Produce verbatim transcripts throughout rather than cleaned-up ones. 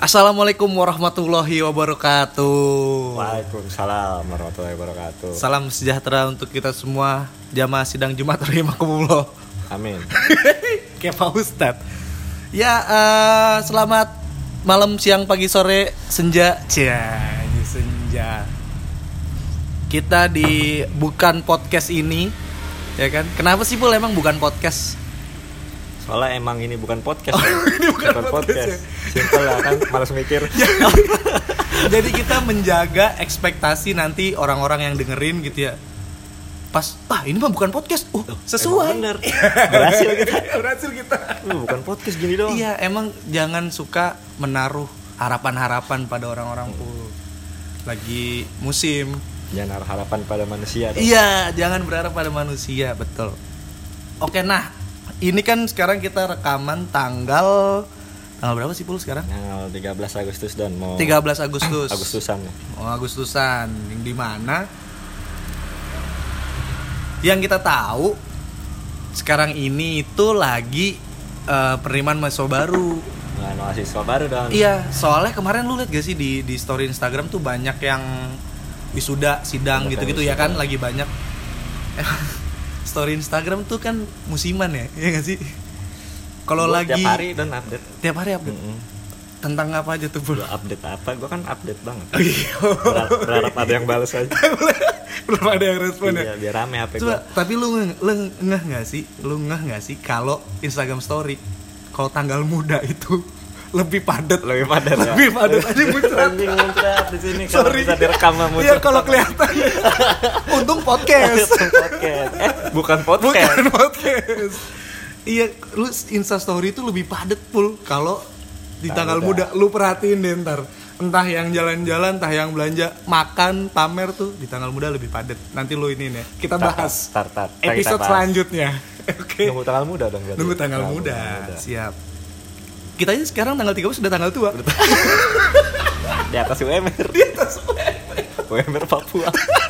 Assalamualaikum warahmatullahi wabarakatuh. Waalaikumsalam warahmatullahi wabarakatuh. Salam sejahtera untuk kita semua. Jamaah sidang Jumat rahimakumullah. Amin. Kayak Pak Ustadz. Ya, uh, selamat malam, siang, pagi, sore, senja. Cia, ini senja. Kita di bukan podcast ini, ya kan? Kenapa sih Pul emang bukan podcast? Soalnya emang ini bukan podcast. Ya? Ini bukan, bukan podcast. podcast. Ya? Simpel lah kan, malas mikir. Jadi kita menjaga ekspektasi nanti orang-orang yang dengerin gitu ya. Pas, ah ini mah bukan podcast. Oh, sesuai. Bener. Berhasil kita. Berhasil kita. Uh, bukan podcast gini doang. Iya, emang jangan suka menaruh harapan-harapan pada orang-orang pun. Hmm. Lagi musim. Jangan naruh harapan pada manusia. Dong. Iya, jangan berharap pada manusia, betul. Oke, nah. Ini kan sekarang kita rekaman tanggal tanggal berapa sih Pul sekarang? Tanggal tiga belas Agustus dan mau tiga belas Agustus. Agustusan. Oh, Agustusan. Yang di mana yang kita tahu sekarang ini itu lagi uh, penerimaan mahasiswa baru. Nah, mahasiswa baru dong. Iya, soalnya kemarin lu lihat gak sih di di story Instagram tuh banyak yang wisuda, sidang banyak gitu-gitu ya kan, lagi banyak. Story Instagram tuh kan musiman ya, ya nggak sih? Kalau lagi tiap hari dan update. Tiap hari update. Mm-hmm. Tentang apa aja tuh Bro? Gua update apa? Gue kan update banget. Oh, iya. Berharap, berharap ada yang balas aja. Belum ada yang respon iya, ya. Biar rame H P gue. Tapi lu lu ngeh nggak sih? Lu ngeh nggak sih kalau Instagram Story kalau tanggal muda itu lebih padat, lebih padat, lebih ya? padat aja muncrat. Anjing muncrat di sini kalau bisa direkam sama muncrat. Iya, kalau kelihatan. Untung podcast. Untung podcast. Eh, bukan podcast. Bukan podcast. Iya, lu Insta Story itu lebih padat Pul kalau di tanggal muda. Lu perhatiin deh ntar. Entah yang jalan-jalan, entah yang belanja, makan, pamer tuh di tanggal muda lebih padat. Nanti lu ini nih, kita bahas tar, tar, tar. episode kita bahas. Selanjutnya. Oke. Okay. Nunggu tanggal muda dong berarti. Nunggu tanggal muda. muda. Siap. Kita ini sekarang tanggal tiga belas sudah tanggal tua. Di atas U M R. Di atas U M R. U M R Papua.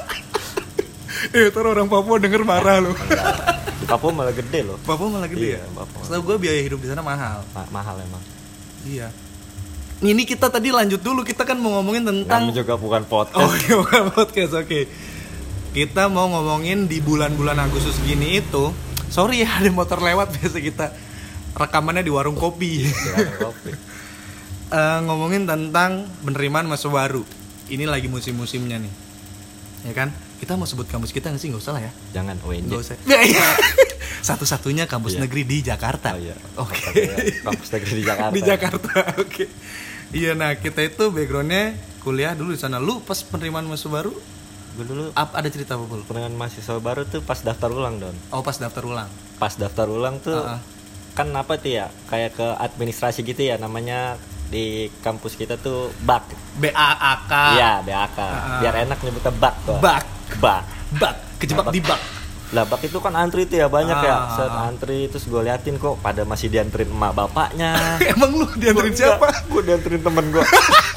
Eh, ntar orang Papua denger marah loh. Di Papua malah gede loh. Papua malah gede iya, ya? Papua. Setahu gue biaya hidup di sana mahal. Ma- mahal emang. Iya. Ini kita tadi lanjut dulu, kita kan mau ngomongin tentang. Namanya juga bukan podcast. Oh iya, bukan podcast, oke. Okay. Kita mau ngomongin di bulan-bulan Agustus gini itu. Sorry ya, ada motor lewat, biasa kita rekamannya di warung kopi. Di warung kopi. uh, ngomongin tentang penerimaan mahasiswa baru. Ini lagi musim-musimnya nih, ya kan? Kita mau sebut kampus kita nggak sih? Nggak usah lah ya. Jangan U N J. Nggak usah. Satu-satunya kampus iya. negeri di Jakarta. Oh, iya. Oke. Okay. Kampus negeri di Jakarta. Di Jakarta. Oke. Okay. Iya, nah kita itu backgroundnya kuliah dulu di sana. Lu pas penerimaan mahasiswa baru? Gue dulu. Ap, ada cerita apa Pul? Penerimaan mahasiswa baru tuh pas daftar ulang Don. Oh, pas daftar ulang. Pas daftar ulang tuh. Uh-uh. Kan apa tuh ya, kayak ke administrasi gitu ya, namanya di kampus kita tuh B A K. B A A K. Iya, B A K. Uh, Biar enak nyebutnya B A K tuh. B A K. B A K. B A K. Kejebak nah, di B A K. Lah B A K itu kan antri tuh ya, banyak ah, ya. Set antri, terus gue liatin kok pada masih dianterin emak bapaknya. Emang lu dianterin gua, siapa? Gue dianterin temen gue.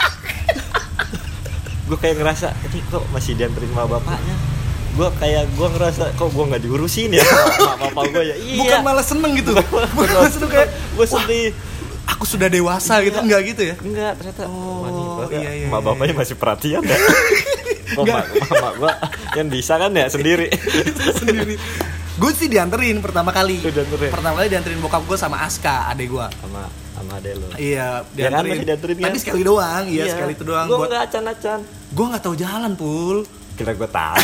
Gue kayak ngerasa, ini kok masih dianterin emak bapaknya. Gue kayak gue ngerasa kok gue nggak diurusin ya sama bapak gue ya. Iya. Bukan malah seneng gitu. Bukan malah seneng kayak gue sedih. Aku sudah dewasa gitu, enggak gitu ya? Enggak, ternyata. Oh, oh iya, iya, mak bapaknya iya. masih perhatian ya. Kok mak mak gue yang bisa kan ya sendiri. Sendiri. Gue sih dianterin pertama kali. Dianterin. Pertama kali dianterin bokap gue sama Aska, adek gue. Sama sama adek lo. Iya, dianterin. Ya kan, masih dianterin kan? Tapi sekali doang, iya, iya. sekali itu doang. Gue nggak acan-acan. Gue nggak tahu jalan, Pul. Kira gue tahu.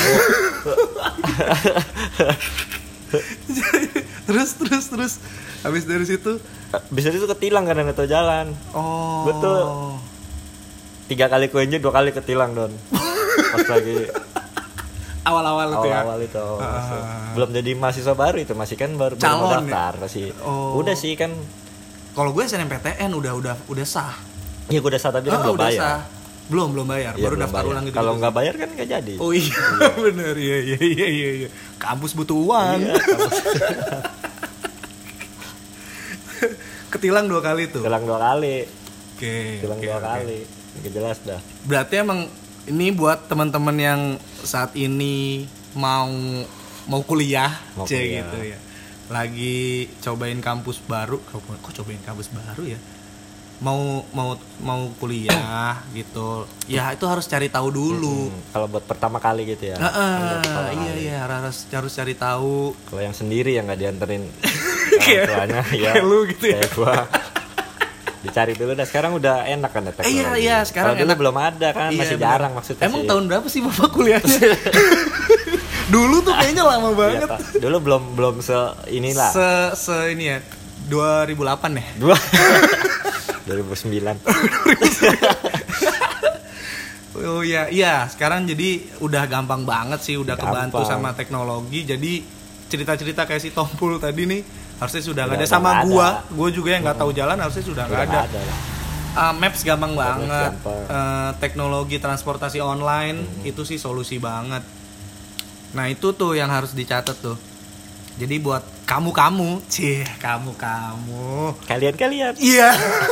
terus terus terus habis dari situ bisa itu ketilang karena nggak tahu jalan. Oh. Betul. Tiga kali kuenya dua kali ketilang Don. Pas lagi awal-awal itu ya. Awal-awal itu. Ah. Belum jadi mahasiswa baru itu, masih kan baru calon baru daftar ya? Masih. Oh. Udah sih kan. Kalau gue S N M P T N udah udah udah sah. Iya gue udah sah tapi kan oh, belum bayar. Sah. Belum belum bayar, ya, baru belum daftar bayar. ulang gitu. Kalau nggak bayar kan nggak jadi. Oh iya, iya. Bener iya iya iya iya. iya. Kampus butuh uang. Iya, kampus. Ketilang dua kali tuh. Ketilang dua kali. Oke. Okay, Ketilang okay, dua okay. kali. Nggak jelas dah. Berarti emang ini buat teman-teman yang saat ini mau mau kuliah, mau C kuliah. Gitu ya. Lagi cobain kampus baru. Kok cobain kampus baru ya? mau mau mau kuliah gitu ya itu harus cari tahu dulu. Hmm, kalau buat pertama kali gitu ya. Uh, uh, iya iya harus harus cari tahu. Kalau yang sendiri yang nggak dianterin kayak tuanya ya kayak lu gitu ya. Kayak gua dicari dulu. Dah sekarang udah enak kan ya teknologi. Iya iya sekarang kalau dulu belum ada kan iya, masih bener. jarang maksudnya. Emang sih. tahun berapa sih bapak kuliahnya? Dulu tuh kayaknya lama banget. Iya, dulu belum belum se inilah. Se se ini ya dua ribu delapan ya. Dua. dua ribu sembilan. Oh iya, iya. Sekarang jadi udah gampang banget sih, udah gampang. Kebantu sama teknologi. Jadi cerita-cerita kayak si Tompul tadi nih harusnya sudah nggak ada. Udah Sama ada. gua, gua juga yang nggak tahu jalan harusnya sudah nggak ada. ada lah. Uh, Maps gampang banget. gampang. Uh, teknologi transportasi online hmm. itu sih solusi banget. Nah itu tuh yang harus dicatat tuh. Jadi buat kamu-kamu, cih, kamu-kamu, Kalian-kalian. iya,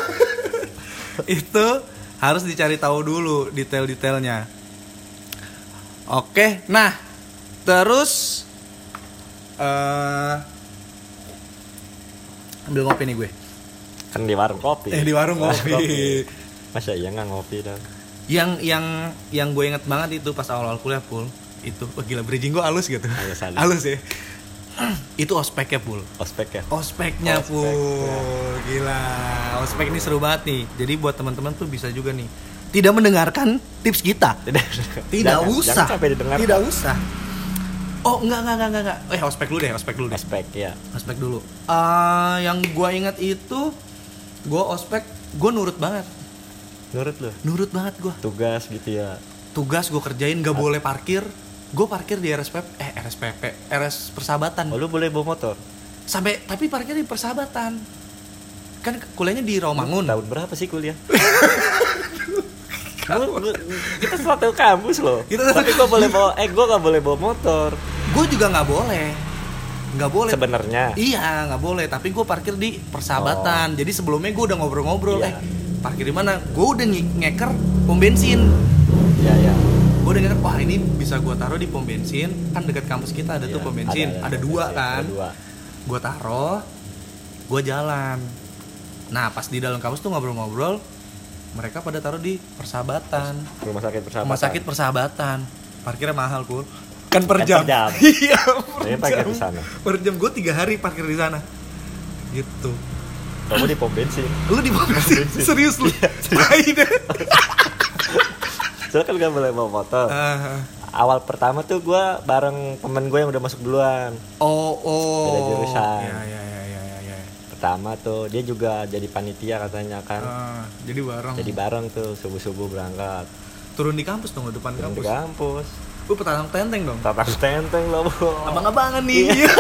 itu harus dicari tahu dulu detail-detailnya. Oke, nah, terus uh, ambil ngopi nih gue. Kan di warung kopi. Eh di warung ngopi. Masa iya nggak ngopi dong? Yang yang yang gue inget banget itu pas awal-awal kuliah Pul, itu oh, gila bridging gue halus gitu. Halus, halus. Halus ya. Itu ospeknya Pul. Ospek ya. Ospeknya Ospek, Pul. ya. Gila. Ospek ini seru banget nih. Jadi buat teman-teman tuh bisa juga nih tidak mendengarkan tips kita. Tidak, tidak jangan, usah. Jangan sampai didengar. Tidak usah. Oh, enggak enggak enggak enggak. Eh, ospek dulu deh, ospek dulu deh. Ospek ya. Ospek dulu. Uh, yang gua ingat itu gua ospek, gua nurut banget. Nurut lu. Nurut banget gua. Tugas gitu ya. Tugas gua kerjain, enggak boleh parkir. Gue parkir di R S P P, eh R S P P, R S Persahabatan. Oh, lu boleh bawa motor? Sampai tapi parkir di Persahabatan. Kan kuliahnya di Rawamangun. Tahun berapa sih kuliah? Lu, lu, kita satu kampus loh. Kita satu tapi gue boleh bawa, eh gue gak boleh bawa motor. Gue juga nggak boleh, nggak boleh. Sebenarnya. Iya nggak boleh. Tapi gue parkir di Persahabatan. Oh. Jadi sebelumnya gue udah ngobrol-ngobrol. Iya. Eh parkir di mana? Gue udah ngeker pom bensin. Iya ya. Gue udah ngeker, wah ini bisa gue taruh di pom bensin. Kan dekat kampus kita ada ya, tuh pom bensin. Ada, ada, ada, ada dua bensin, kan. Ada dua. Gue taruh, gue jalan. Nah pas di dalam kampus tuh ngobrol-ngobrol. Mereka pada taruh di Persahabatan. Rumah sakit Persahabatan. Rumah sakit Persahabatan. Parkirnya mahal Pul. Kan per kan jam. Per jam. Iya per Saya jam. di sana. Per jam gue tiga hari parkir di sana. Gitu. Kamu di pom bensin. Lu di pom bensin? Serius lu? Tai deh. Soalnya kan gak boleh bawa motor. Uh, Awal pertama tuh gue bareng temen gue yang udah masuk duluan. Oh oh. Beda jurusan. Ya ya ya ya ya. Pertama tuh dia juga jadi panitia katanya kan. Uh, jadi bareng. Jadi bareng tuh subuh-subuh berangkat. Turun di kampus dong, depan Turun kampus. Di kampus. Gue petang tenteng dong. Tatang tenteng loh. Abang-abangan nih. Iya.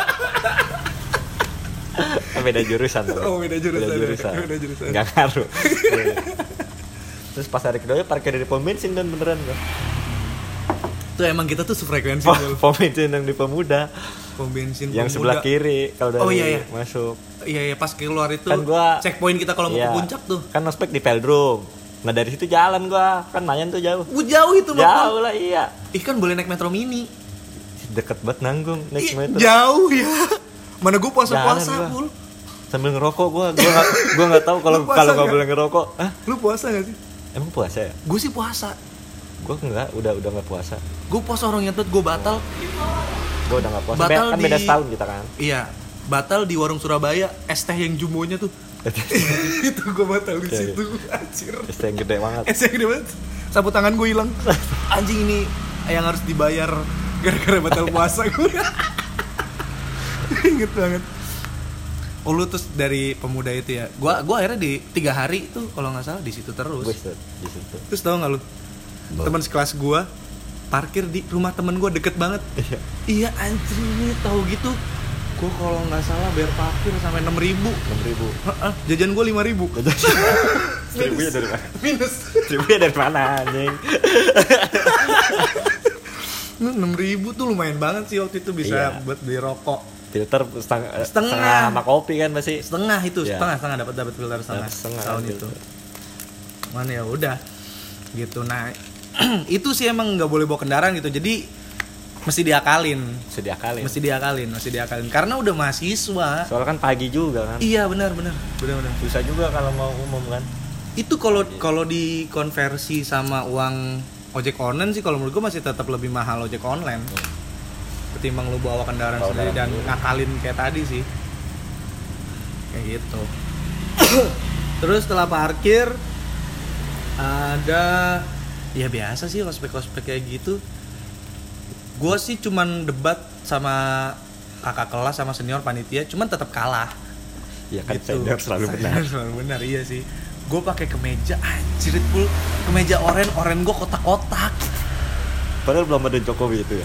Beda jurusan tuh. Oh beda jurusan. Beda jurusan. Beda jurusan. Gak ngaruh. Terus pas hari kedua parkir di pom bensin dan beneran gak? Tuh emang kita tuh sefrekuensi. Pom, pom bensin yang di Pemuda. Pom bensin yang Pemuda. Sebelah kiri kalau dari oh, iya, iya. masuk. Iya iya pas keluar itu kan gua, checkpoint kita kalau iya, mau ke puncak tuh. Kan ospek di Peldrum. Nah dari situ jalan gua, kan lumayan tuh jauh. Uh, jauh itu loh. Jauh lah iya. Ih kan boleh naik metro mini. Deket banget nanggung naik Ih, metro. Jauh ya. Mana gua puasa-puasa Pul. Sambil ngerokok gua, gua gak, gua nggak tahu kalau kalau nggak boleh ngerokok. Hah? Lu puasa gak sih? Emang puasa ya? Gue sih puasa. Gue enggak, udah udah nggak puasa. Gue puasa orang nyentuh, gue batal. Gue udah nggak puasa. Batal kan di... beda setahun kita kan. Iya, batal di warung Surabaya es teh yang jumbonya tuh. Itu gue batal di situ. Anjir. Es teh yang gede banget. Es yang gede banget. Sapu tangan gue hilang. Anjing ini yang harus dibayar gara-gara batal puasa gue. Ingat banget. Oh lu terus dari Pemuda itu ya, gua gua akhirnya di tiga hari tuh kalau nggak salah di situ terus. Gue di situ. Terus tau nggak lu, oh. teman sekelas gua parkir di rumah temen gua deket banget. Iya. Iya anjir nih tahu gitu, gua kalau nggak salah bayar parkir sampai enam ribu. Enam ribu. Heeh, jajan gua lima ribu. Seribunya dari mana? Minus. Seribunya dari mana anjing? Enam ribu tuh lumayan banget sih waktu itu bisa iya. buat beli rokok. Filter setengah, setengah. setengah sama kopi kan masih setengah itu ya. setengah setengah dapat dapat filter setengah, setengah tahun gitu. itu mana ya udah gitu. Nah itu sih emang nggak boleh bawa kendaraan gitu, jadi mesti diakalin. Mesti diakalin. Mesti diakalin, mesti diakalin. Karena udah mahasiswa. Soalnya kan pagi juga kan. Iya benar benar, benar benar. Susah juga kalau mau umum kan. Itu kalau kalau dikonversi sama uang ojek online sih kalau menurut gue masih tetap lebih mahal ojek online. Hmm. Ketimbang lu bawa kendaraan bawa sendiri dan dulu. ngakalin kayak tadi sih. Kayak gitu. Terus setelah parkir ada ya biasa sih ospek-ospek kayak gitu. Gue sih cuman debat sama kakak kelas sama senior panitia, cuman tetap kalah. Iya kan Gitu. senior selalu Senior benar. Selalu benar iya sih. Gue pakai kemeja anjir pul, kemeja oren oren gue kotak-kotak. Padahal belum ada Jokowi itu ya.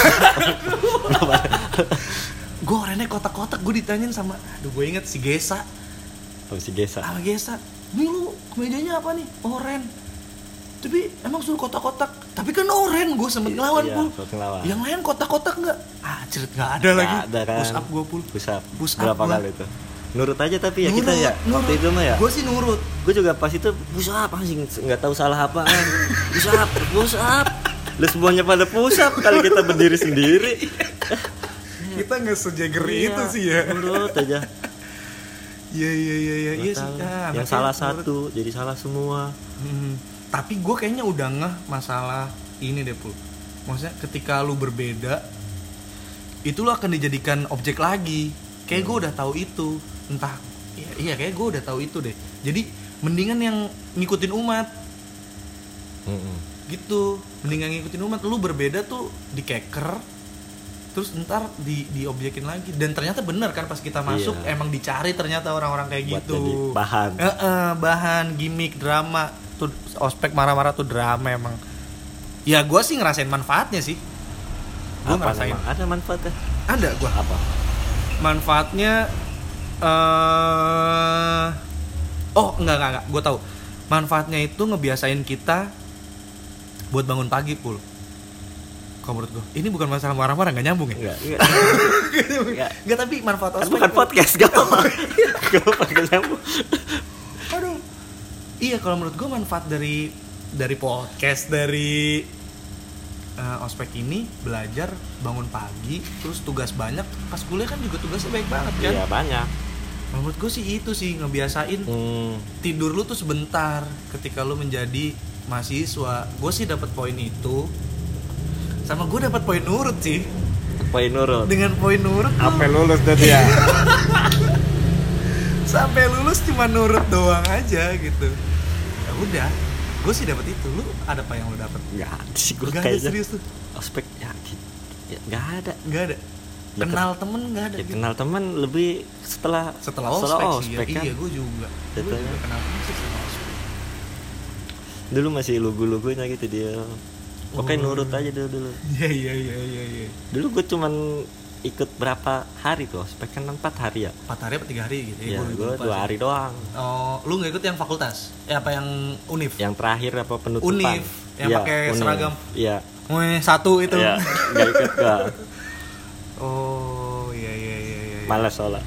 Gue orennya kotak-kotak, gue ditanyain sama, aduh gue inget si Gesa. Oh, si Gesa. Sama Gesa, nih lu kemejanya apa nih? Oren. Tapi emang suruh kotak-kotak. Tapi kan oren, gue sempet ngelawan Iya, pul. sempet ngelawan. Yang lain kotak-kotak nggak? Ah cerit nggak ada Nggak lagi. ada kan. Push up gue pul. Push up. Push up Berapa gua. kali itu? Nurut aja tapi ya Nurut, kita ya. nurut. Waktu itu mah ya. Gue sih nurut. Gue juga pas itu push up anjing nggak tahu salah apaan. Push up, push up. Lu semuanya pada push up kali kita berdiri sendiri. Kita nggak sejager Iya, itu sih ya. Nurut aja. Iya iya iya iya iya Nggak sih. tahu. Ah, Yang makanya salah nurut. satu jadi salah semua. Hmm, tapi gue kayaknya udah ngeh masalah ini deh pul. Maksudnya ketika lu berbeda, itu lu akan dijadikan objek lagi. Kayak gue udah tahu itu. Entah, iya, iya kayak gue udah tahu itu deh. Jadi mendingan yang ngikutin umat. Mm-mm. Gitu, mendingan ngikutin umat. Lu berbeda tuh dikeker, terus ntar di diobjekin lagi. Dan ternyata bener kan pas kita masuk Iya. emang dicari ternyata orang-orang kayak Buat gitu. jadi bahan. Eh, eh, bahan, gimmick, drama. Tuh ospek marah-marah tuh drama emang. Ya gue sih ngerasain manfaatnya sih. Gue Apa ngerasain. memang? Ada manfaatnya? Ada gue. Apa? Manfaatnya eh oh enggak enggak enggak. Gue tahu. Manfaatnya itu ngebiasain kita buat bangun pagi pul. Kalau menurut gue, ini bukan masalah marah-marah nggak nyambung ya? Enggak, enggak. Enggak. Enggak tapi manfaat Kan ospek. bukan itu- podcast, gak apa-apa. Gak apa-apa, gak nyambung. Aduh. Iya kalau menurut gue manfaat dari dari podcast dari uh, ospek ini belajar bangun pagi terus tugas banyak pas kuliah kan juga tugasnya baik banget kan. Iya, banyak. Kalau menurut gue sih itu sih ngebiasain Hmm. tidur lu tuh sebentar ketika lu menjadi mahasiswa. Gue sih dapat poin itu. Sama gue dapat poin nurut sih. Poin nurut. Dengan poin nurut tuh, Apa lulus dan dia? sampai lulus cuma nurut doang aja gitu. Ya udah, gue sih dapat itu. Lu ada apa yang lu dapat? Enggak ada sih gue Gak ada kayaknya. serius tuh. Ospek ya, ya gak ada. Nggak ada. Ya, Kenal temen nggak ada. Ya, gitu. kenal teman lebih setelah Setelah ospek, sih. Ya. kan. Iya, gue juga. Gue Jatuhnya. juga kenal temen sih setelah ospek. Dulu masih lugu-lugunya gitu dia. Oke, Oh. nurut aja dulu dulu. Iya iya iya iya. iya. Dulu gue cuman ikut berapa hari tuh ospek kan empat hari ya. Empat hari apa tiga hari gitu? Ya, gua gue lupa dua sih. hari doang. Oh, lu nggak ikut yang fakultas? Ya apa yang univ? Yang terakhir apa penutupan? Univ, yang Iya, pakai univ. seragam. Iya. Weh, satu itu. Iya, nggak ikut gak. Oh iya iya iya. iya. Malas soalnya.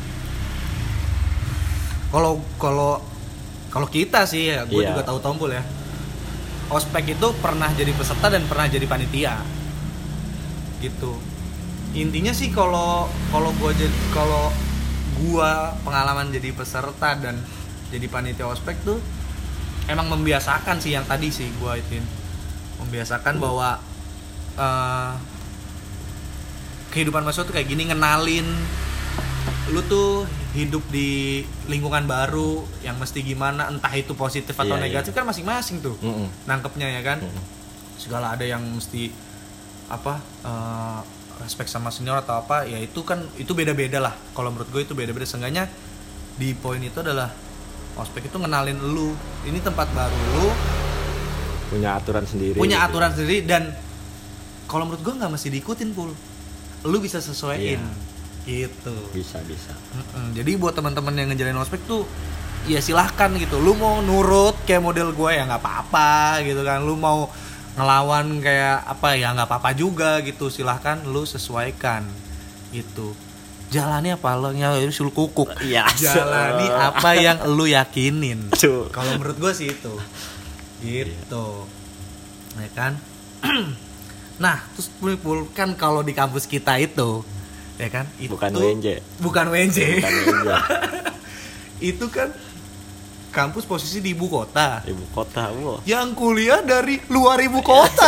Kalau kalau kalau kita sih ya, gue Iya. juga tahu tombol ya. Ospek itu pernah jadi peserta dan pernah jadi panitia. Gitu. Intinya sih kalau kalau gue jadi kalau gua pengalaman jadi peserta dan jadi panitia ospek tuh emang membiasakan sih yang tadi sih gua itu. Membiasakan bahwa uh, kehidupan mahasiswa tuh kayak gini, ngenalin lu tuh hidup di lingkungan baru yang mesti gimana, entah itu positif atau Iya, negatif iya. kan masing-masing tuh Mm-mm. nangkepnya ya kan. Mm-mm. Segala ada yang mesti apa uh, respect sama senior atau apa ya, itu kan itu beda-beda lah. Kalau menurut gue itu beda-beda. Seenggaknya di poin itu adalah ospek itu ngenalin lu, ini tempat baru lu, Punya aturan sendiri. punya gitu. aturan sendiri, dan kalau menurut gue nggak mesti diikutin pul, lu bisa sesuaiin. Iya. Gitu. Bisa bisa. Mm-mm. Jadi buat teman-teman yang ngejalanin ospek tuh ya silahkan gitu. Lu mau nurut kayak model gue ya nggak apa-apa gitu kan. Lu mau ngelawan kayak apa ya nggak apa-apa juga gitu. Silahkan lu sesuaikan gitu. Jalani apa lo yang sul kukuk. Iya. Jalani apa yang lu yakinin. Tuh. Kalau menurut gue sih itu. Gitu. Ya kan? Nah, terus kan kalau di kampus kita itu, ya kan? Itu, bukan W N J. Bukan W N J. Bukan W N J. Itu kan kampus posisi di ibu kota. Ibu kota, wow. Yang kuliah dari luar ibu kota.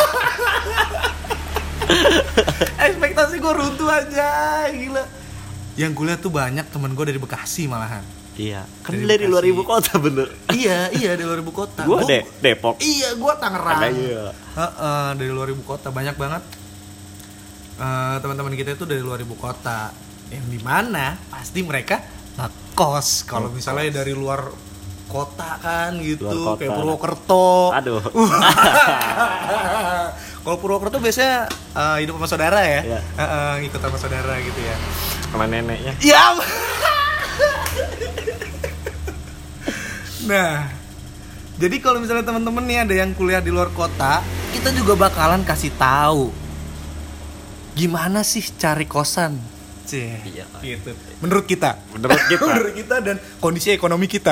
Ekspektasi gue runtuh aja, gila. Yang kuliah tuh banyak temen gue dari Bekasi malahan. Iya, kan Dari dari, luar Bekasi. ibu kota bener. Iya, iya dari luar ibu kota. Gua Gua- de- Depok. Iya, gue Tangerang. Iya. Heeh, dari luar ibu kota banyak banget. Eh, teman-teman kita itu dari luar ibu kota. Yang di mana pasti mereka ngekos. Kalau misalnya dari luar kota kan gitu, Luar kota. kayak Purwokerto. Aduh. Kalau Purwokerto biasanya eh, hidup sama saudara ya. Iya. Heeh, ngikut sama saudara gitu ya. Sama neneknya. Ya. Nah, jadi kalau misalnya teman-teman nih ada yang kuliah di luar kota, kita juga bakalan kasih tahu gimana sih cari kosan. Cih, Iya. gitu. Menurut kita. Menurut kita. Menurut kita dan kondisi ekonomi kita.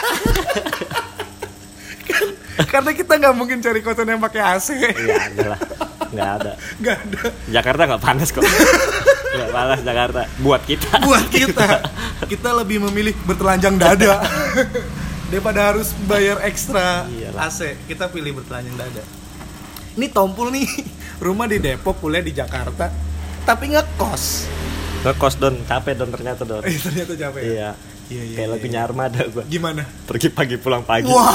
Kan- Karena kita nggak mungkin cari kosan yang pakai A C. Iya, ada lah. Nggak ada. Nggak ada. Jakarta nggak panas kok. Nggak panas Jakarta. Buat kita. Buat kita, kita lebih memilih bertelanjang dada daripada harus bayar ekstra Iyalah. A C. Kita pilih bertelanjang dada. Ini Tompul nih, rumah di Depok, kuliah di Jakarta, tapi ngekos. Ngekos don, capek don ternyata don. Eh ternyata capek. Ya? Iya. Iya, iya. Kayak lagunya Armada gua. Gimana? Pergi pagi pulang pagi. Wah.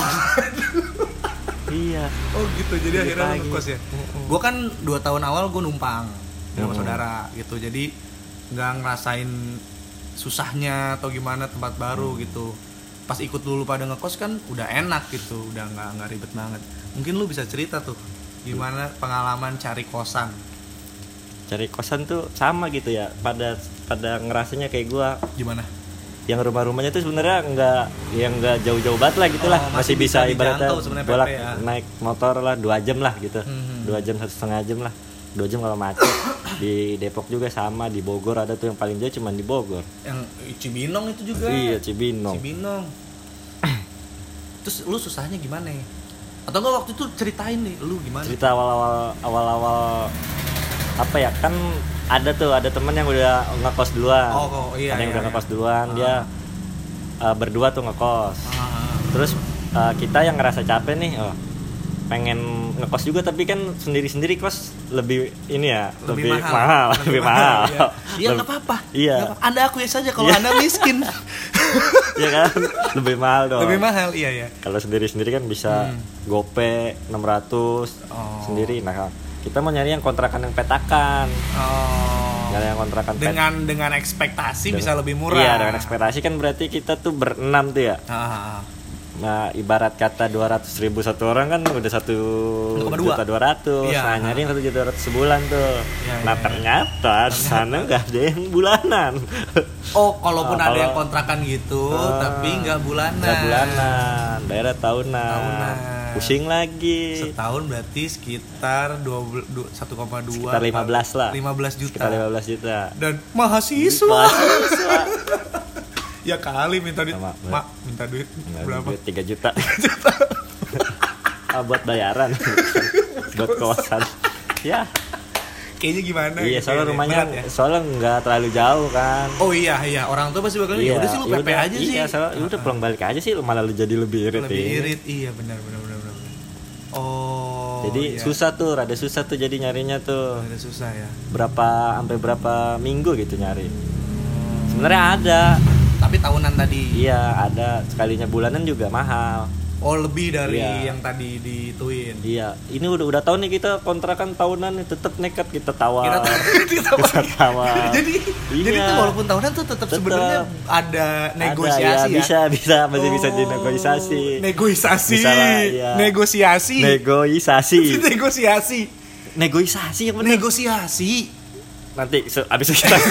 Iya. Oh gitu. Jadi Pergi akhirnya lu pagi. ngekos ya. Gue kan dua tahun awal gue numpang sama Mm-mm. saudara gitu. Jadi nggak ngerasain susahnya atau gimana tempat baru gitu. Pas ikut dulu pada ngekos kan udah enak gitu, udah nggak nggak ribet banget. Mungkin lu bisa cerita tuh gimana pengalaman cari kosan. Cari kosan tuh sama gitu ya. Pada pada ngerasanya kayak gua. Gimana? Yang rumah-rumahnya tuh sebenarnya nggak, yang nggak jauh-jauh banget lah gitulah. Oh, masih, masih bisa, bisa ibaratnya dijangkau sebenarnya bolak P P ya. naik motor lah dua jam lah gitu. Mhm. Dua jam satu setengah jam lah. Dua jam kalau macet. Di Depok juga sama, di Bogor ada tuh yang paling jauh cuman di Bogor. Yang Cibinong itu juga. Iya, Cibinong. Cibinong. Terus lu susahnya gimana ya? Atau enggak waktu itu ceritain nih, lu gimana? Cerita awal-awal awal-awal apa ya, kan ada tuh ada temen yang udah ngekos duluan. Oh, oh, iya, ada yang iya, udah iya. ngekos duluan. Ah. Dia uh, berdua tuh ngekos. Ah, Terus uh, kita yang ngerasa capek nih, oh, pengen ngekos juga tapi kan sendiri-sendiri kos lebih ini ya, lebih, lebih, mahal, mahal, lebih mahal. Iya, iya Lebih- nggak apa-apa. Iya. Nggak apa- Anda akui saja kalau Iya. Anda miskin. Iya kan? Lebih mahal dong. Lebih mahal, iya ya. Kalau sendiri-sendiri kan bisa Hmm. gope enam ratus Oh. sendiri. Nah, kita mau nyari yang kontrakan yang petakan. Oh. Nyari yang kontrakan pet- Dengan dengan ekspektasi dengan- bisa lebih murah. Iya, dengan ekspektasi kan berarti kita tuh berenam tuh ya. Ah, ah, ah. Nah, ibarat kata dua ratus ribu satu orang kan udah satu satu koma dua juta dua ratus. Iya. Nah, nyari yang satu juta dua ratus sebulan tuh. Iya, Nah, iya, ternyata di sana nggak ada yang bulanan. Oh, kalaupun Ah, ada kalau- yang kontrakan gitu, Ah, tapi nggak bulanan. Nggak bulanan, daerah tahunan. Tahunan. Pusing lagi. Setahun berarti sekitar satu koma dua Sekitar lima belas lah. lima belas juta. Sekitar lima belas juta. Dan mahasiswa. Mahasiswa. Ya kali minta duit. Sama, Mak, minta duit Nggak, berapa? duit tiga juta. Ah, buat bayaran. Buat kosan. Ya. Kayaknya gimana? Iya, gitu soalnya ya, rumahnya berat ya? soalnya nggak terlalu jauh kan. Oh iya iya, orang tua pasti bakal ya udah sih lu P P yaudah, aja sih. Iya, soalnya ya udah pulang balik aja sih, malah lu jadi lebih irit. Lebih ya. irit. Iya, benar benar benar benar. Oh. Jadi iya. susah tuh, rada susah tuh jadi nyarinya tuh. Ada susah ya. Berapa sampai berapa minggu gitu nyari. Sebenarnya ada. Tapi tahunan tadi. Iya, ada. Sekalinya bulanan juga mahal. Oh, lebih dari Iya. yang tadi dituin. Iya, ini udah udah tahu nih kita kontrakan tahunan nih, tetap nekat kita tawar. Kita kita Kita tawar. jadi Iya. jadi tuh walaupun tahunan tuh tetap Tetep. sebenarnya ada negosiasi Ada, ya, ya. bisa bisa masih bisa Oh, dinegosiasi. Negosiasi. Bisa lah, iya. Negosiasi. Negosiasi. Negosiasi. Negosiasi yang bener. Negosiasi. Nanti se- abis itu kita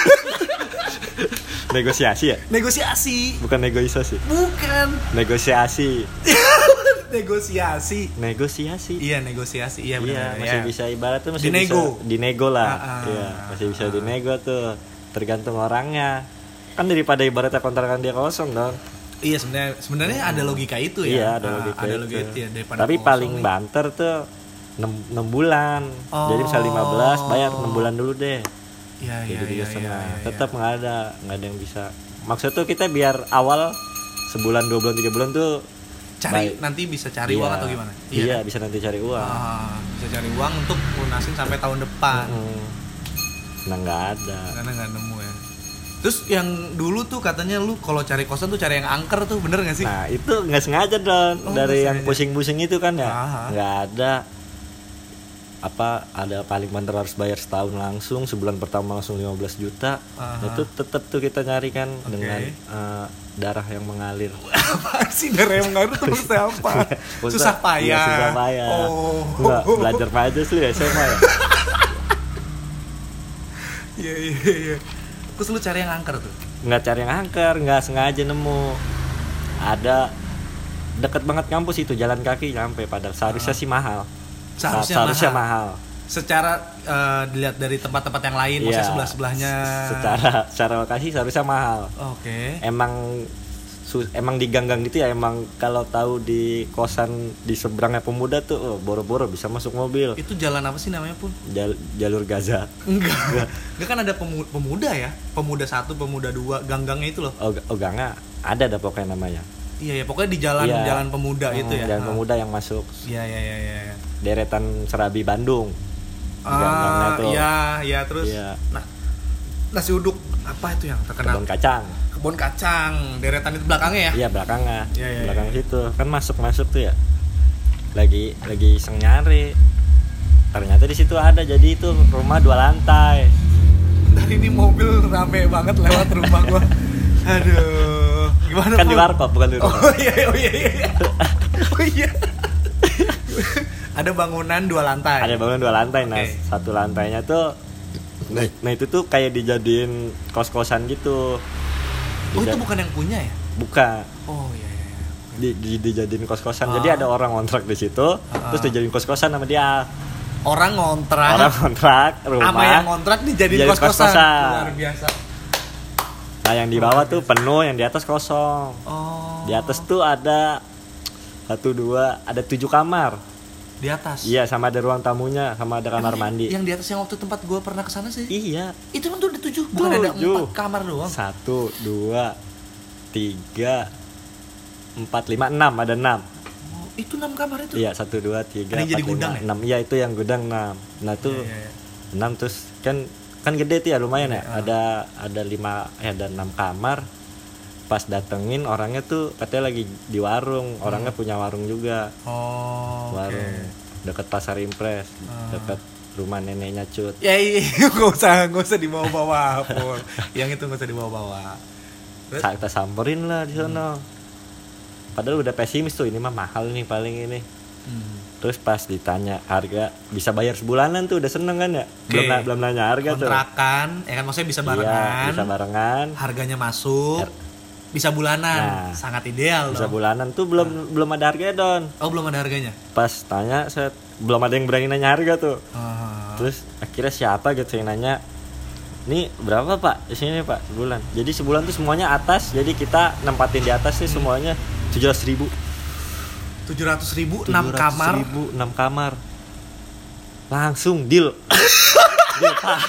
negosiasi ya, Negosiasi. bukan negosiasi. Bukan. Negosiasi. Negosiasi. Negosiasi. Iya, negosiasi. Iya benar. Iya, ya. masih bisa ibaratnya masih Dinego. bisa dinego lah. Ah, ah, Iya, masih bisa ah. dinego tuh. Tergantung orangnya. Kan daripada ibaratnya kontrakan dia kosong dong. Iya, sebenarnya sebenarnya ada logika itu ya. Iya, ada Ah, logika ada itu. logika itu ya daripada Tapi kosong paling nih. banter tuh enam bulan. Oh. Jadi misal lima belas bayar enam bulan dulu deh. Iya iya Jadi iya. tiga iya, setengah. iya, iya. Tetap nggak ada nggak ada yang bisa. Maksud tuh kita biar awal sebulan dua bulan tiga bulan tuh cari baik. nanti bisa cari Iya. uang atau gimana? Iya, kan? bisa nanti cari uang. Ah, bisa cari uang untuk lunasin sampai tahun depan. Mm-mm. Nah nggak ada. Karena nggak nemu ya. Terus yang dulu tuh katanya lu kalau cari kosan tuh cari yang angker tuh, bener nggak sih? Nah itu nggak sengaja Don. Oh, Dari nggak yang sengaja. pusing-pusing itu kan ya Ah. nggak ada apa ada paling banter harus bayar setahun langsung, sebulan pertama langsung lima belas juta. Aha. Nah, itu tetap tuh kita nyari kan Oke. dengan eh, darah yang mengalir. Apa sih dari yang ngaruh tuh maksudnya apa? Susah payah. Iya, susah payah. Oh. Enggak, belajar aja sih ya sama ya. Iya iya iya. Terus lu cari yang angker tuh. Nggak cari yang angker, nggak sengaja nemu. Ada deket banget kampus itu, jalan kaki nyampe, padahal seharusnya sih mahal. Seharusnya, seharusnya mahal. mahal. Secara eh, dilihat dari tempat-tempat yang lain, maksudnya Iya. sebelah-sebelahnya. Secara secara lokasi seharusnya mahal. Oke. Emang su- emang di gang-gang gitu ya, emang kalau tahu di kosan di seberangnya Pemuda tuh oh, boro-boro bisa masuk mobil. Itu jalan apa sih namanya pun? Jal- jalur Gaza. Enggak. Enggak kan ada pemu- pemuda ya? Pemuda satu, pemuda dua, gang-gangnya itu loh. Oh, oh gangga ada ada pokoknya namanya. Iya ya, pokoknya di jalan Iya. jalan pemuda itu Hmm, ya. Jalan Ah. Pemuda yang masuk Iya iya iya iya. deretan Serabi Bandung. Gang-gangnya Ah, tuh. iya iya terus. Iya. Nah, nasi uduk apa itu yang terkenal? Kebun kacang. Kebun kacang, deretan itu belakangnya ya? Iya belakangnya. Iya, iya, Belakang situ kan masuk-masuk tuh ya. Lagi lagi iseng nyari. Ternyata di situ ada, jadi itu rumah dua lantai. Dan ini mobil rame banget lewat rumah gua. Aduh, gimana Kan Pul? di warkop bukan di rumah. Oh iya, oh iya, iya. Oh iya. Ada bangunan dua lantai. Ada bangunan dua lantai. Nah, Oke. satu lantainya tuh nah, nah itu tuh kayak dijadiin kos-kosan gitu. Oh Dija- itu bukan yang punya ya? bukan. Oh iya iya. iya. Di, di, dijadiin kos-kosan. Ah. Jadi ada orang kontrak di situ, Ah. terus dijadiin kos-kosan sama dia. Orang ngontrak. Orang kontrak rumah. sama yang ngontrak dijadiin Jadi kos-kosan. kos-kosan. Luar biasa. Nah, yang di bawah tuh penuh, yang di atas kosong. Oh. Di atas tuh ada satu dua ada tujuh kamar. Di atas. Iya, sama ada ruang tamunya, sama ada kamar Emang mandi. Yang di atas yang waktu tempat gua pernah kesana sih. Iya. Itu kan tuh ada tujuh, bukan ada Tujuh. empat kamar doang. Satu, dua, tiga, empat, lima, enam, ada enam. Oh, itu enam kamar itu. Iya, satu, dua, tiga, Ada yang jadi empat, gudang lima, ya? enam. Iya, itu yang gudang enam. Nah tuh Iya, iya, iya. enam terus kan kan gede tuh ya, lumayan ya. Iya. Ada ada lima, eh, ada enam kamar. Pas datengin orangnya tuh katanya lagi di warung, orangnya punya warung juga. Oh. oke. Warung dekat Pasar Impres, Ah. dekat rumah neneknya Cut. Ya iya, nggak usah nggak usah dibawa-bawa pun. Yang itu nggak usah dibawa-bawa. Terus? Sa- Kita samperin lah di sana. Padahal udah pesimis tuh, ini mah mahal nih paling ini. Hmm. Terus pas ditanya harga, bisa bayar sebulanan tuh udah seneng kan ya. Belum Oke. na- belum nanya harga tuh. Kontrakan, ya kan maksudnya bisa barengan. Iya, bisa barengan. Harganya masuk. Har- Bisa bulanan. Nah, Sangat ideal Bisa dong. bulanan tuh belum belum ada harganya Don. Oh, belum ada harganya. Pas tanya set, belum ada yang berani nanya harga tuh. Ah. Terus akhirnya siapa gitu yang nanya, ini berapa pak di sini pak sebulan? Jadi sebulan tuh semuanya atas, jadi kita nempatin di atas sih semuanya tujuh ratus ribu. tujuh ratus ribu, enam kamar. Ribu, enam kamar. Langsung deal. Deal pak.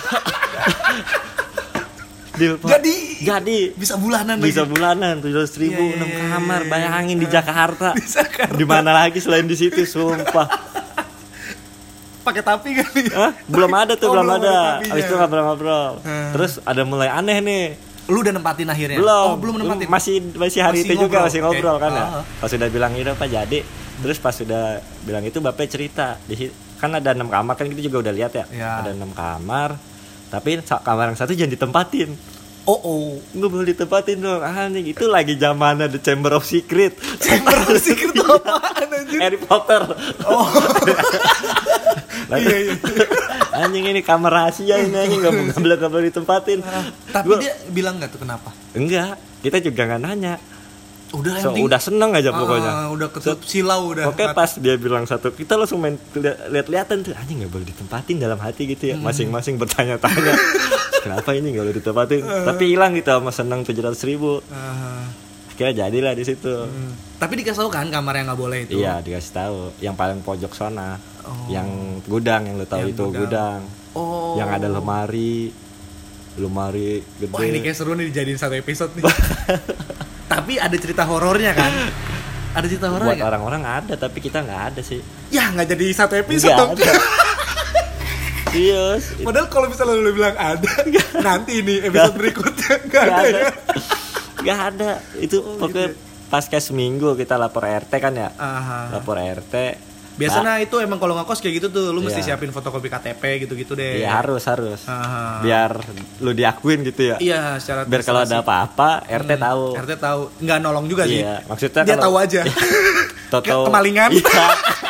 Deal pak. Jadi Jadi bisa bulanan bisa lagi. bulanan tujuh ratus ribu, Iya, iya, enam iya, kamar. iya, Bayangin iya. di Jakarta. Di Jakarta. Di mana lagi selain di situ, sumpah. Pakai tapi kan? Hah? Belum ada tuh, Oh, belum belum ada ada. tapinya. Habis itu ngobrol-ngobrol. Hmm. Terus ada mulai aneh nih. Lu udah nempatin akhirnya? Belum. Oh, belum nempatin. Masih masih hari Masih itu juga ngobrol. masih ngobrol Oke. kan ya. Ah. Pas sudah bilang itu apa jadi. Terus pas sudah bilang itu bapaknya cerita di situ kan ada enam kamar kan kita juga udah lihat ya. Ya. Ada enam kamar. Tapi sa- kamar yang satu jangan ditempatin. Oh, oh. Nggak boleh ditempatin dong. Anjing itu lagi zamannya The Chamber of Secret. Chamber of Secret itu apaan anjir? Harry Potter. Oh. Lah, Iya, iya. Anjing ini kamar rahasia ini anjing nggak nggak boleh nggak boleh ditempatin. Tapi Gua- dia bilang nggak tuh kenapa? enggak, kita juga nggak nanya. Udah So, yang penting- udah seneng aja pokoknya. Ah, udah ketutup silau udah. Oke pas dia bilang satu, kita langsung main lihat-lihatan tuh, anjing nggak boleh ditempatin dalam hati gitu ya, masing-masing bertanya-tanya, kenapa ini nggak boleh ditempatin? Tapi hilang gitu sama seneng tujuh ratus ribu. Ah. Akhirnya jadilah di situ. Hmm. Tapi dikasih tahu kan kamar yang nggak boleh itu. Iya, dikasih tahu. Yang paling pojok sana. Oh. Yang gudang yang lu tahu Yang itu gudang. gudang. Oh. Yang ada lemari. Lemari gede. Wah, ini kayak seru nih dijadiin satu episode nih. Tapi ada cerita horornya kan? Ada cerita horor Buat nggak? orang-orang ada, tapi kita nggak ada sih. Ya nggak jadi satu episode Nggak dong. ada. Serius. Padahal kalau misalnya lu bilang ada, nanti ini episode berikutnya nggak Nggak ada, ada. ya. Gak ada. Itu Oh, pokoknya gitu pasca seminggu kita lapor R T kan ya. Aha. Lapor R T. Biasanya itu emang kalau ngekos kayak gitu tuh, lu mesti Iya. siapin fotokopi K T P gitu-gitu deh. Iya harus harus. Aha. Biar lu diakuin gitu ya. Iya, secara Biar kalau ada administrasi. apa-apa R T Hmm, tahu. R T tahu. Nggak nolong juga sih. Iya, maksudnya Dia kalau- tahu aja. Toto Kayak kemalingan. Iya.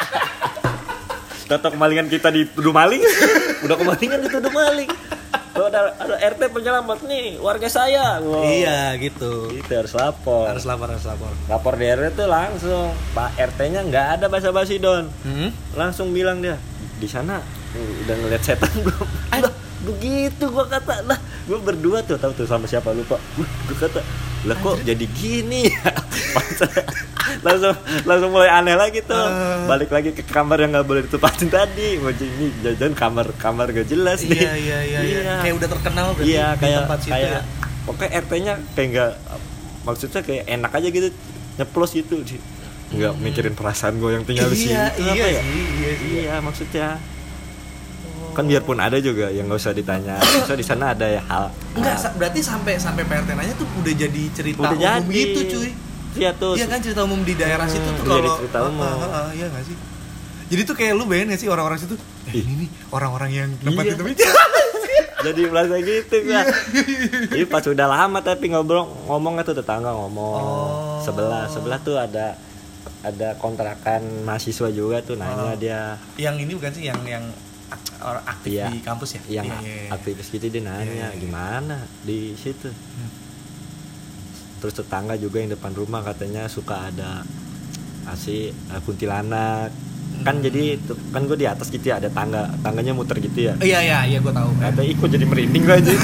Toto kemalingan kita dituduh maling. Udah kemalingan dituduh maling. Oh, ada, ada R T penyelamat nih, warga saya. Wow. Iya, gitu. Itu harus lapor. Harus lapor, harus lapor. Lapor di R T tuh langsung. Pak R T-nya nggak ada basa-basi Don. Hmm? Langsung bilang dia, di sana uh, udah ngeliat setan belum? Lah, begitu gua kata. Lah, gua berdua tuh tahu tuh sama siapa lupa. Gua, gua kata, lah kok jadi gini ya? langsung langsung mulai aneh lagi tuh. Uh. Balik lagi ke kamar yang nggak boleh ditempatin tadi. Wajah ini jajan kamar kamar gak jelas nih. Iya, iya, iya, iya. Kayak udah terkenal berarti Iya, di kayak tempat situ kayak ya. pokoknya R T-nya kayak nggak, maksudnya kayak enak aja gitu, nyeplos gitu. Nggak Hmm. mikirin perasaan gue yang tinggal di sini. Iya, Itu iya apa ya? sih, iya sih. Iya, maksudnya kan biarpun ada juga yang nggak usah ditanya. Maksudnya di sana ada ya hal. Enggak, hal- sa- berarti sampai sampai P R T nanya tuh udah jadi cerita Udah umum jadi. gitu, cuy. Iya tuh. Iya kan cerita umum di daerah Hmm, situ tuh udah jadi kalau cerita umum. Ah, ah, ah, iya nggak sih? Jadi tuh kayak lu bayangin nggak sih orang-orang situ? Eh, ini nih orang-orang yang tempat Iya. itu. Jadi merasa gitu kan. Jadi pas udah lama tapi ngobrol ngomongnya tuh tetangga ngomong. Oh. Sebelah sebelah tuh ada ada kontrakan mahasiswa juga tuh nanya Oh. dia. Yang ini bukan sih yang yang ak- orang aktif Iya. di kampus ya? Yang Iya, iya, iya. aktivis gitu dia nanya Iya, iya, iya. gimana di situ. Hmm. Terus tetangga juga yang depan rumah katanya suka ada asih eh, kuntilanak. Kan Hmm. jadi tuh- kan gue di atas gitu ya, ada tangga, tangganya muter gitu ya. Iya iya iya gue tahu. Kata ikut jadi merinding gue aja.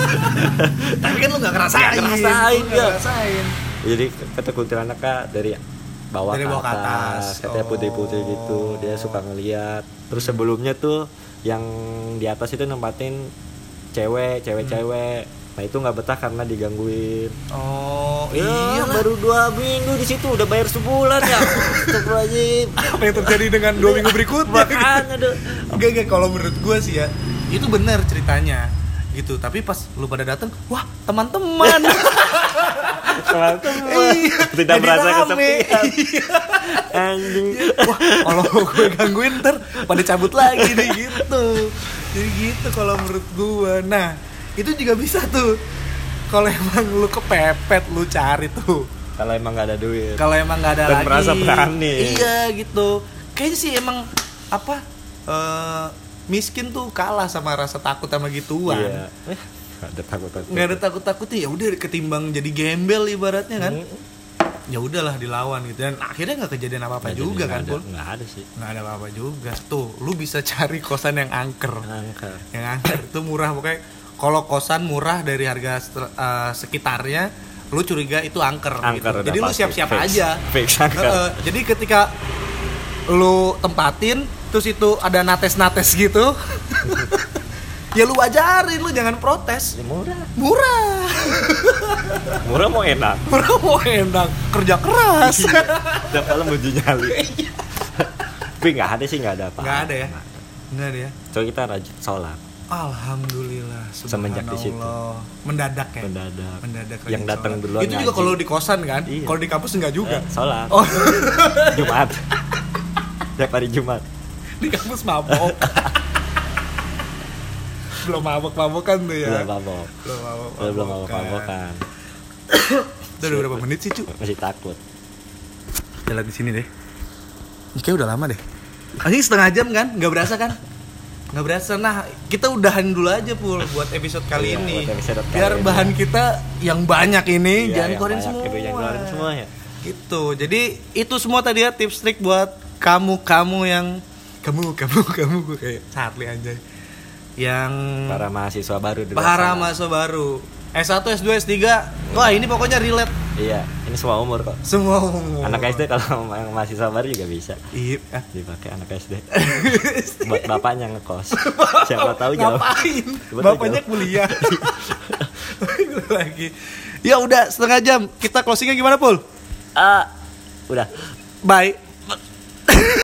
Tapi kan lu nggak ngerasain. Nggak ngerasain, Lu nggak ya. ngerasain. Jadi kata kuntilanaknya dari bawah, Dari ke, bawah ke atas, atas. katanya Oh. putih-putih gitu, dia suka ngeliat. Terus sebelumnya tuh yang di atas itu nempatin cewek, cewek-cewek. Nah itu nggak betah karena digangguin. Oh Ya, iya lah. baru dua minggu di situ udah bayar sebulan ya. Astagfirullahaladzim. Apa yang terjadi dengan dua minggu berikutnya? Makanya deh. Enggak enggak kalau menurut gue sih ya itu benar ceritanya gitu. Tapi pas lu pada datang, wah teman-teman. Teman-teman Iya, tidak jadi merasa rame. kesepian. Iya. Anjing. Wah kalau gue gangguin ntar pada cabut lagi nih gitu. Jadi gitu kalau menurut gue. Nah itu juga bisa tuh. Kalau emang lu kepepet lu cari tuh. Kalau emang nggak ada duit. Kalau emang nggak ada Dan lagi. merasa berani. Iya gitu. Kayaknya sih emang apa? eh, miskin tuh kalah sama rasa takut sama gituan. Iya. Eh, nggak ada takut-takut. Nggak ada takut-takutnya ya udah ketimbang jadi gembel ibaratnya kan. Hmm. Ya udahlah dilawan gitu dan akhirnya nggak kejadian apa-apa Nggak juga jadi, kan, nggak Pul. ada, nggak ada sih. Nggak ada apa-apa juga. Tuh, lu bisa cari kosan yang angker. Angka. Yang angker itu murah pokoknya. Kalau kosan murah dari harga setel- eh, sekitarnya, lu curiga itu angker, Angker gitu. udah Jadi lu pasti. siap-siap Fix. aja. Fix angker. Heeh, jadi ketika lu tempatin terus itu ada nates-nates gitu. Ya lu wajarin, lu jangan protes. Ya, murah. Murah. Murah mau enak. Murah mau enak, kerja keras. Tiap malam uji nyali. Tapi nggak ada sih, nggak ada apa. Nggak ada ya? Nggak ada ya. Soalnya kita rajin sholat. Alhamdulillah. Semenjak di situ. subhanallah. Mendadak ya. Mendadak. Mendadak Yang rajin datang sholat. duluan Itu juga ngaji. kalau di kosan kan. Iya. Kalau di kampus enggak juga. Eh, sholat. Oh, Jumat. Tiap hari Jumat. di kampus mabok. Belum mabok-mabokan tuh ya. Belum mabok. Belum mabok. Belum belum mabok-mabokan. Udah udah berapa menit sih, Cu? Masih takut. Jalan di sini deh. Ini kayak udah lama deh. Ini setengah jam kan? Nggak berasa kan? Nggak berasa. Nah, kita udahan dulu aja Pul buat episode kali Iya, ini. buat episode kali Biar ini. bahan kita yang banyak ini Iya, jangan yang keluarin banyak semua. itu, jangan keluarin semua ya. Gitu. Jadi itu semua tadi ya tips trik buat kamu-kamu yang kamu kamu kamu gue kayak Charlie anjay. Yang Para mahasiswa baru di luar para sana. mahasiswa baru. S satu, S dua, S tiga. Wah, ini pokoknya relate. Iya, ini semua umur kok. Semua umur. Anak S D kalau yang masih sabar juga bisa. Iya. Dipakai anak S D. Buat bapaknya ngekos. Siapa tahu jauh. Ngapain? Bapaknya kuliah. Lagi. Ya udah setengah jam. Kita closingnya gimana, Pul? Ah, udah. Bye.